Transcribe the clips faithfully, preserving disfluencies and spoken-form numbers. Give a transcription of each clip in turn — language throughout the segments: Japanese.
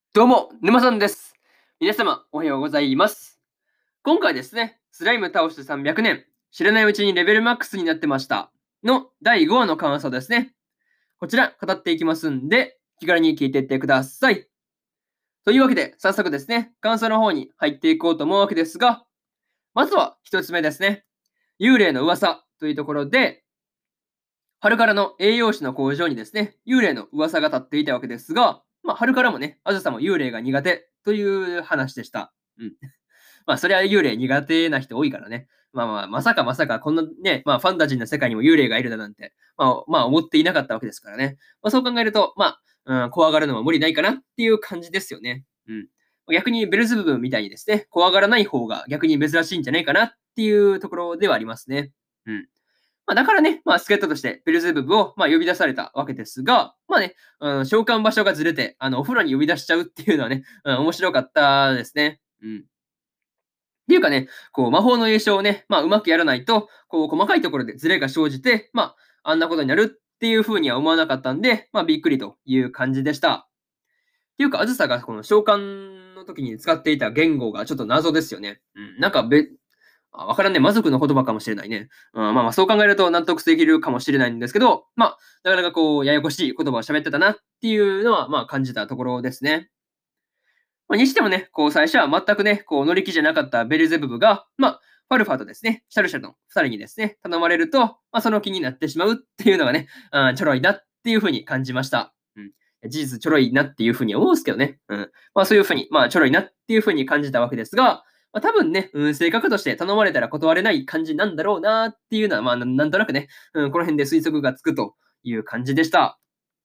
どうも、沼さんです。皆様、おはようございます。今回ですね、スライム倒してさんびゃくねん、知らないうちにレベルマックスになってましたのだいごわの感想ですね。こちら、語っていきますんで、気軽に聞いていってください。というわけで、早速ですね、感想の方に入っていこうと思うわけですが、まずは一つ目ですね。幽霊の噂というところで、春からの栄養士の工場にですね、幽霊の噂が立っていたわけですが、まあ、春からもね、あずさも幽霊が苦手という話でした。うん。まあ、それは幽霊苦手な人多いからね。まあまあ、まさかまさかこんなね、まあ、ファンタジーの世界にも幽霊がいるだなんて、まあ、まあ、思っていなかったわけですからね。まあ、そう考えると、まあ、うん、怖がるのも無理ないかなっていう感じですよね。うん。逆にベルゼブブみたいにですね、怖がらない方が逆に珍しいんじゃないかなっていうところではありますね。うん。まあ、だからね、まあ、助っ人としてベルゼブブを、まあ、呼び出されたわけですが、まあね、うん、召喚場所がずれて、あの、お風呂に呼び出しちゃうっていうのはね、うん、面白かったですね。うん。っていうかね、こう、魔法の詠唱をね、まあ、うまくやらないと、こう、細かいところでズレが生じて、まあ、あんなことになるっていう風には思わなかったんで、まあ、びっくりという感じでした。っていうか、あずさがこの召喚の時に使っていた言語がちょっと謎ですよね。うん、なんかべ、あ、わからんね。魔族の言葉かもしれないね。うん、まあまあ、そう考えると納得できるかもしれないんですけど、まあ、なかなかこう、ややこしい言葉を喋ってたなっていうのは、まあ、感じたところですね。まあ、にしてもね、こう、最初は全くね、こう、乗り気じゃなかったベルゼブブが、まあ、ファルファとですね、シャルシャルのふたりにですね、頼まれると、まあ、その気になってしまうっていうのがね、あーちょろいなっていうふうに感じました。うん。事実ちょろいなっていうふうに思うんですけどね。うん。まあそういうふうに、まあちょろいなっていうふうに感じたわけですが、まあ多分ね、うん、性格として頼まれたら断れない感じなんだろうなっていうのは、まあななんとなくね、うん、この辺で推測がつくという感じでした。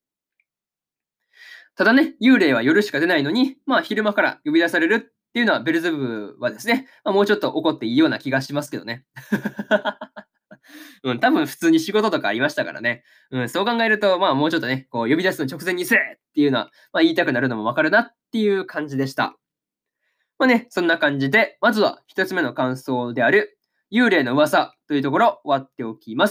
ただね、幽霊は夜しか出ないのに、まあ昼間から呼び出されるっていうのはベルゼブブはですね、まあ、もうちょっと怒っていいような気がしますけどね。うん、多分普通に仕事とかありましたからね。うん、そう考えると、まあもうちょっとね、こう呼び出すの直前にせえっていうのは、まあ言いたくなるのもわかるなっていう感じでした。まあね、そんな感じで、まずは一つ目の感想である、幽霊の噂というところ終わっておきます。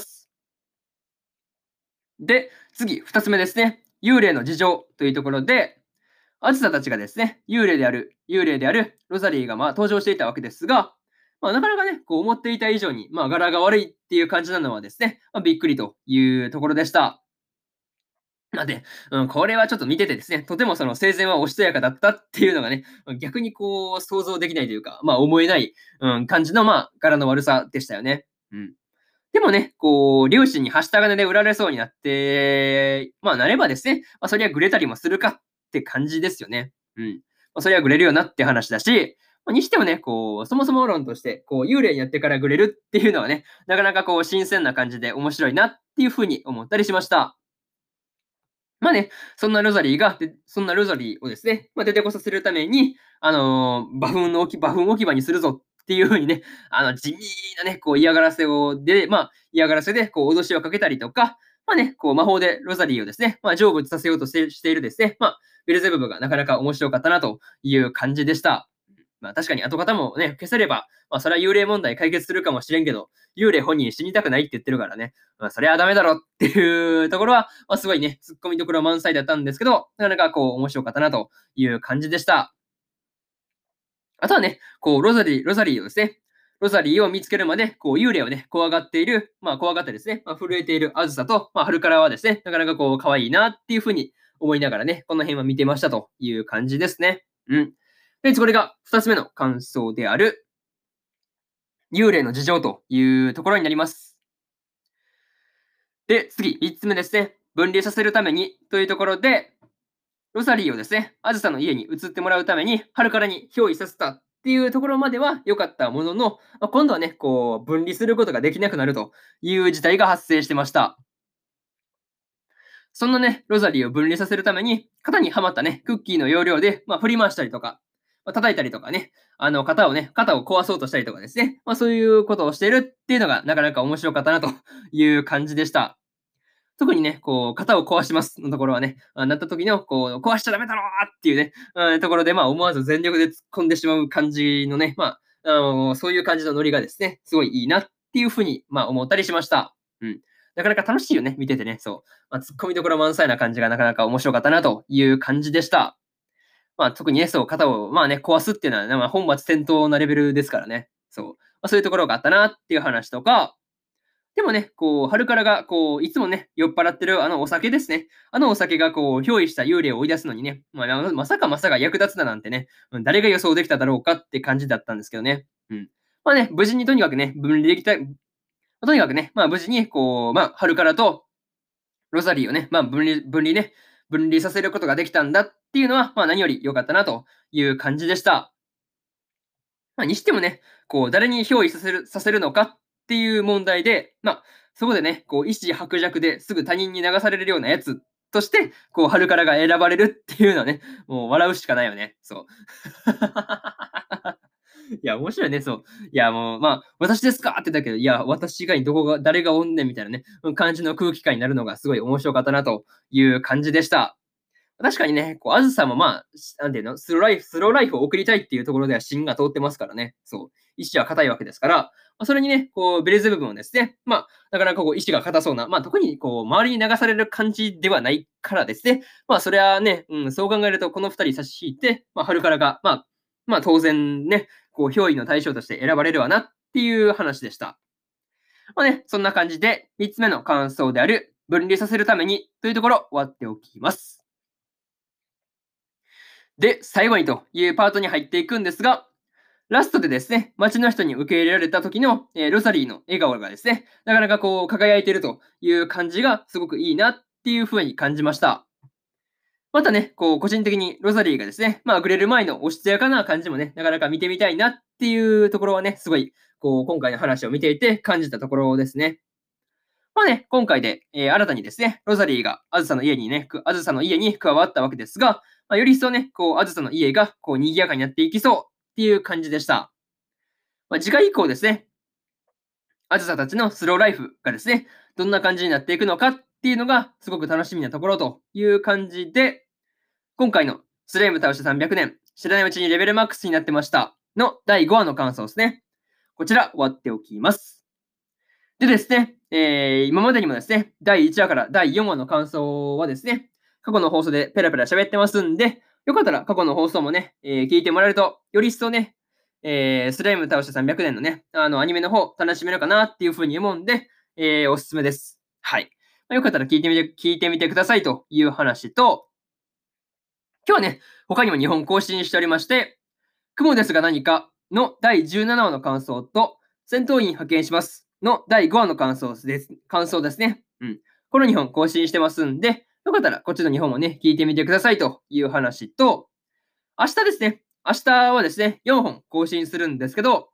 で、次、二つ目ですね。幽霊の事情というところで、アジサたちがですね、幽霊である、幽霊であるロザリーがまあ登場していたわけですが、まあ、なかなかね、こう思っていた以上に、まあ、柄が悪いっていう感じなのはですね、まあ、びっくりというところでした。なんで、うん、これはちょっと見ててですね、とてもその生前はおしとやかだったっていうのがね、逆にこう想像できないというか、まあ思えない、うん、感じのまあ柄の悪さでしたよね。うん。でもね、こう、両親にはした金で売られそうになって、まあなればですね、まあそりゃグレたりもするかって感じですよね。うん。まあ、そりゃグレるよなって話だし、まあ、にしてもね、こう、そもそも論として、こう、幽霊になってからグレるっていうのはね、なかなかこう、新鮮な感じで面白いなっていうふうに思ったりしました。まあね、そんなロザリーが、でそんなロザリーをですね、まあ、出てこさせるために、あのー、馬糞の置き、馬糞置き場にするぞっていうふうにね、あの、地味なね、こう嫌がらせを、で、まあ、嫌がらせで、こう、脅しをかけたりとか、まあね、こう、魔法でロザリーをですね、まあ、成仏させようとしてしているですね、まあ、ベルゼブブがなかなか面白かったなという感じでした。まあ、確かに後方もね、消せれば、まあ、それは幽霊問題解決するかもしれんけど、幽霊本人死にたくないって言ってるからね、まあ、それはダメだろっていうところは、まあ、すごいね、突っ込みどころ満載だったんですけど、なかなかこう、面白かったなという感じでした。あとはね、こう、ロザリー、ロザリーをですね、ロザリーを見つけるまで、こう、幽霊をね、怖がっている、まあ、怖がってですね、まあ、震えているあずさと、まあ、春からはですね、なかなかこう、可愛いなっていうふうに思いながらね、この辺は見てましたという感じですね。うん。で、これが二つ目の感想である、幽霊の事情というところになります。で、次、三つ目ですね。分離させるためにというところで、ロサリーをですね、あずさの家に移ってもらうために、春からに憑依させたっていうところまでは良かったものの、まあ、今度はね、こう、分離することができなくなるという事態が発生してました。そんなね、ロザリーを分離させるために、型にはまったね、クッキーの要領で、まあ、振り回したりとか、まあ、叩いたりとかね、あの、型をね、型を壊そうとしたりとかですね、まあ、そういうことをしているっていうのがなかなか面白かったなという感じでした。特にね、こう、型を壊しますのところはね、あなった時の、こう、壊しちゃダメだろっていうね、うん、ところで、まあ、思わず全力で突っ込んでしまう感じのね、まあ、あの、そういう感じのノリがですね、すごいいいなっていうふうに、まあ、思ったりしました。うん。なかなか楽しいよね、見ててね、そう。まあ、突っ込みどころ満載な感じがなかなか面白かったなという感じでした。 まあ、特にね、そう、肩を、まあね、壊すっていうのはね、まあ、本末転倒なレベルですからね。そう。まあ、そういうところがあったなっていう話とか、でもね、こう、ハルカラが、こう、いつもね、酔っ払ってるあのお酒ですね。あのお酒がこう、憑依した幽霊を追い出すのにね、まあ、まさかまさか役立つだなんてね、うん、誰が予想できただろうかって感じだったんですけどね。うん。まあね、無事にとにかくね、分離できた、とにかくね、まあ無事に、こう、まあ、ハルカラとロザリーをね、まあ分離、分離ね、分離させることができたんだっていうのは、まあ何より良かったなという感じでした。まあ、にしてもね、こう、誰に憑依させるさせるのかっていう問題で、まあ、そこでね、こう、意志薄弱ですぐ他人に流されるようなやつとして、こう、ハルカラが選ばれるっていうのはね、もう笑うしかないよね。そう。いや、面白いね、そう。いや、もう、まあ、私ですかって言ったけど、いや、私以外にどこが、誰がおんねんみたいなね、うん感じの空気感になるのがすごい面白かったなという感じでした。確かにね、こう、あずさもまあ、なんていうの、スローライフスローライフを送りたいっていうところでは芯が通ってますからね。そう。意志は固いわけですから、まあ、それにね、こう、ベレゼ部分をですね、まあ、なかなかこう、意志が固そうな、まあ、特にこう、周りに流される感じではないからですね。まあ、それはね、うん、そう考えると、この二人差し引いて、まあ、春からが、まあ、まあ、当然ね、こう、憑依の対象として選ばれるわなっていう話でした。まあね、そんな感じで、三つ目の感想である、分離させるためにというところ、終わっておきます。で、最後にというパートに入っていくんですが、ラストでですね、街の人に受け入れられた時の、えーロサリーの笑顔がですね、なかなかこう輝いているという感じがすごくいいなっていう風に感じました。またね、こう個人的にロザリーがですね、まあ遅れる前のおしとやかな感じもね、なかなか見てみたいなっていうところはね、すごいこう今回の話を見ていて感じたところですね。まあね、今回で、えー新たにですね、ロザリーがあずさの家にね、くあずさの家に加わったわけですが、まあ、より一層ね、こう、あずさの家がこう賑やかになっていきそうっていう感じでした。まあ、次回以降ですね、あずさたちのスローライフがですね、どんな感じになっていくのかっていうのがすごく楽しみなところという感じで、今回のスレイム倒してさんびゃくねん、知らないうちにレベルマックスになってましたのだいごわの感想ですね。こちら終わっておきます。でですね、えー今までにもですね、だいいちわからだいよんわの感想はですね、過去の放送でペラペラ喋ってますんで、よかったら過去の放送もね、えー聞いてもらえると、より一層ね、えースライム倒してさんびゃくねんのね、あの、アニメの方、楽しめるかなっていう風に思うんで、えーおすすめです。はい。まあよかったら聞いてみて、聞いてみてくださいという話と、今日はね、他にもにほん更新しておりまして、雲ですが何かのだいじゅうななわの感想と、戦闘員派遣しますのだいごわの感想です。感想ですね。うん。このにほん更新してますんで、よかったらこっちのにほんもね、聞いてみてくださいという話と、明日ですね、明日はですね、よんほん更新するんですけど、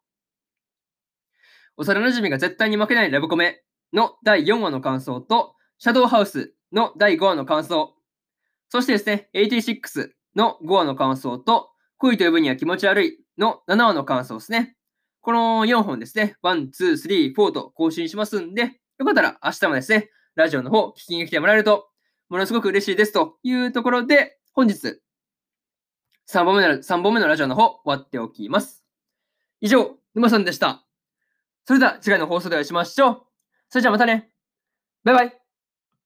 幼馴染が絶対に負けないラブコメのだいよんわの感想と、シャドウハウスのだいごわの感想、そしてですね、はちじゅうろくのごわの感想と、恋と呼ぶには気持ち悪いのななわの感想ですね。このよんほんですね、いち、に、さん、よんと更新しますんで、よかったら明日もですね、ラジオの方聞きに来てもらえると、ものすごく嬉しいですというところで、本日さんぼんめのさんぼんめのラジオの方終わっておきます。以上、沼さんでした。それでは次回の放送でお会いしましょう。それじゃあまたね。バイバイ。